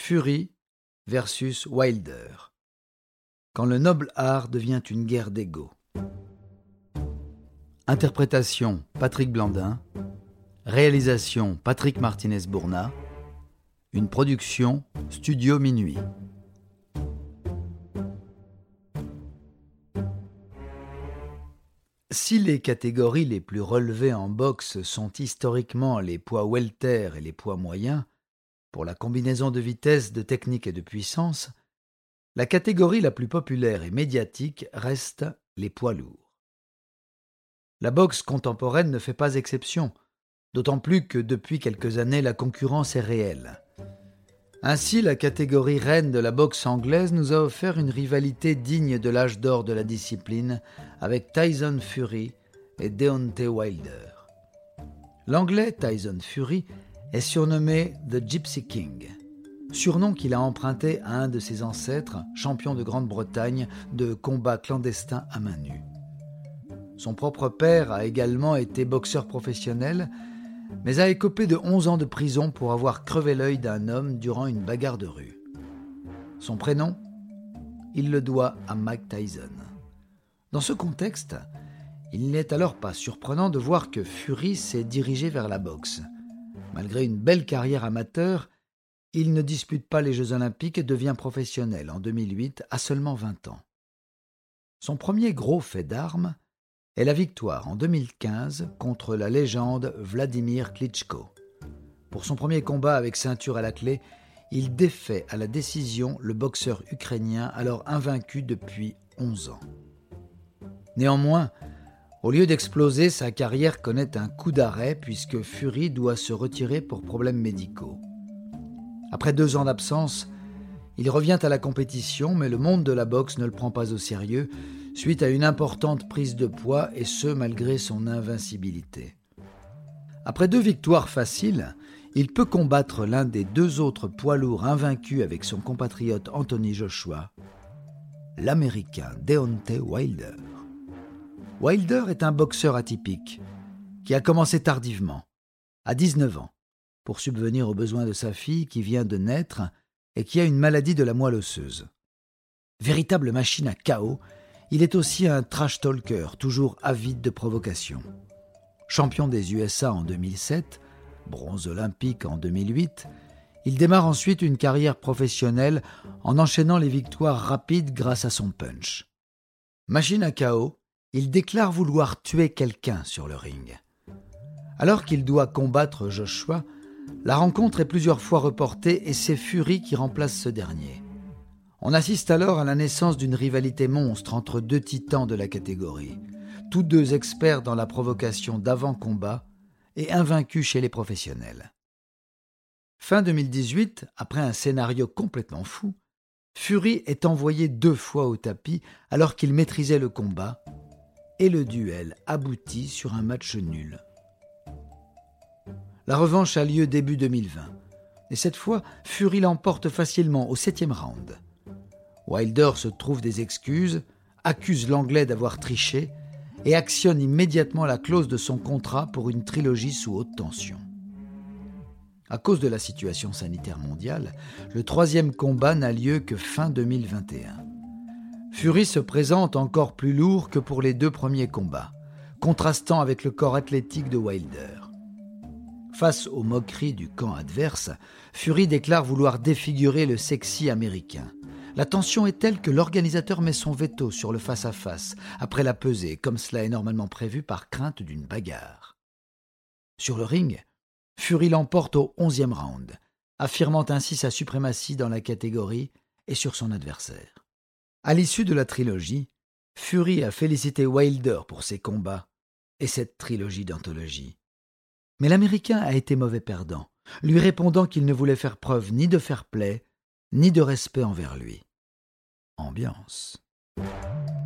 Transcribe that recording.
Fury versus Wilder. Quand le noble art devient une guerre d'ego. Interprétation Patrick Blandin. Réalisation Patrick Martinez-Bourna. Une production Studio Minuit. Si les catégories les plus relevées en boxe sont historiquement les poids welter et les poids moyens, pour la combinaison de vitesse, de technique et de puissance, la catégorie la plus populaire et médiatique reste les poids lourds. La boxe contemporaine ne fait pas exception, d'autant plus que depuis quelques années la concurrence est réelle. Ainsi, la catégorie reine de la boxe anglaise nous a offert une rivalité digne de l'âge d'or de la discipline avec Tyson Fury et Deontay Wilder. L'anglais Tyson Fury est surnommé The Gypsy King, surnom qu'il a emprunté à un de ses ancêtres, champion de Grande-Bretagne de combat clandestin à main nue. Son propre père a également été boxeur professionnel, mais a écopé de 11 ans de prison pour avoir crevé l'œil d'un homme durant une bagarre de rue. Son prénom, il le doit à Mike Tyson. Dans ce contexte, il n'est alors pas surprenant de voir que Fury s'est dirigé vers la boxe. Malgré une belle carrière amateur, il ne dispute pas les Jeux Olympiques et devient professionnel en 2008 à seulement 20 ans. Son premier gros fait d'armes est la victoire en 2015 contre la légende Vladimir Klitschko. Pour son premier combat avec ceinture à la clé, il défait à la décision le boxeur ukrainien alors invaincu depuis 11 ans. Néanmoins, au lieu d'exploser, sa carrière connaît un coup d'arrêt puisque Fury doit se retirer pour problèmes médicaux. Après 2 ans d'absence, il revient à la compétition, mais le monde de la boxe ne le prend pas au sérieux suite à une importante prise de poids et ce malgré son invincibilité. Après 2 victoires faciles, il peut combattre l'un des 2 autres poids lourds invaincus avec son compatriote Anthony Joshua, l'Américain Deontay Wilder. Wilder est un boxeur atypique qui a commencé tardivement, à 19 ans, pour subvenir aux besoins de sa fille qui vient de naître et qui a une maladie de la moelle osseuse. Véritable machine à KO, il est aussi un trash talker, toujours avide de provocation. Champion des USA en 2007, bronze olympique en 2008, il démarre ensuite une carrière professionnelle en enchaînant les victoires rapides grâce à son punch. Machine à KO, il déclare vouloir tuer quelqu'un sur le ring. Alors qu'il doit combattre Joshua, la rencontre est plusieurs fois reportée et c'est Fury qui remplace ce dernier. On assiste alors à la naissance d'une rivalité monstre entre 2 titans de la catégorie, tous 2 experts dans la provocation d'avant-combat et invaincus chez les professionnels. Fin 2018, après un scénario complètement fou, Fury est envoyé 2 fois au tapis alors qu'il maîtrisait le combat et le duel aboutit sur un match nul. La revanche a lieu début 2020 et cette fois, Fury l'emporte facilement au 7e round. Wilder se trouve des excuses, accuse l'Anglais d'avoir triché et actionne immédiatement la clause de son contrat pour une trilogie sous haute tension. À cause de la situation sanitaire mondiale, le 3e combat n'a lieu que fin 2021. Fury se présente encore plus lourd que pour les 2 premiers combats, contrastant avec le corps athlétique de Wilder. Face aux moqueries du camp adverse, Fury déclare vouloir défigurer le sexy américain. La tension est telle que l'organisateur met son veto sur le face-à-face après la pesée, comme cela est normalement prévu par crainte d'une bagarre. Sur le ring, Fury l'emporte au 11e round, affirmant ainsi sa suprématie dans la catégorie et sur son adversaire. À l'issue de la trilogie, Fury a félicité Wilder pour ses combats et cette trilogie d'anthologie. Mais l'Américain a été mauvais perdant, lui répondant qu'il ne voulait faire preuve ni de fair-play, ni de respect envers lui. Ambiance.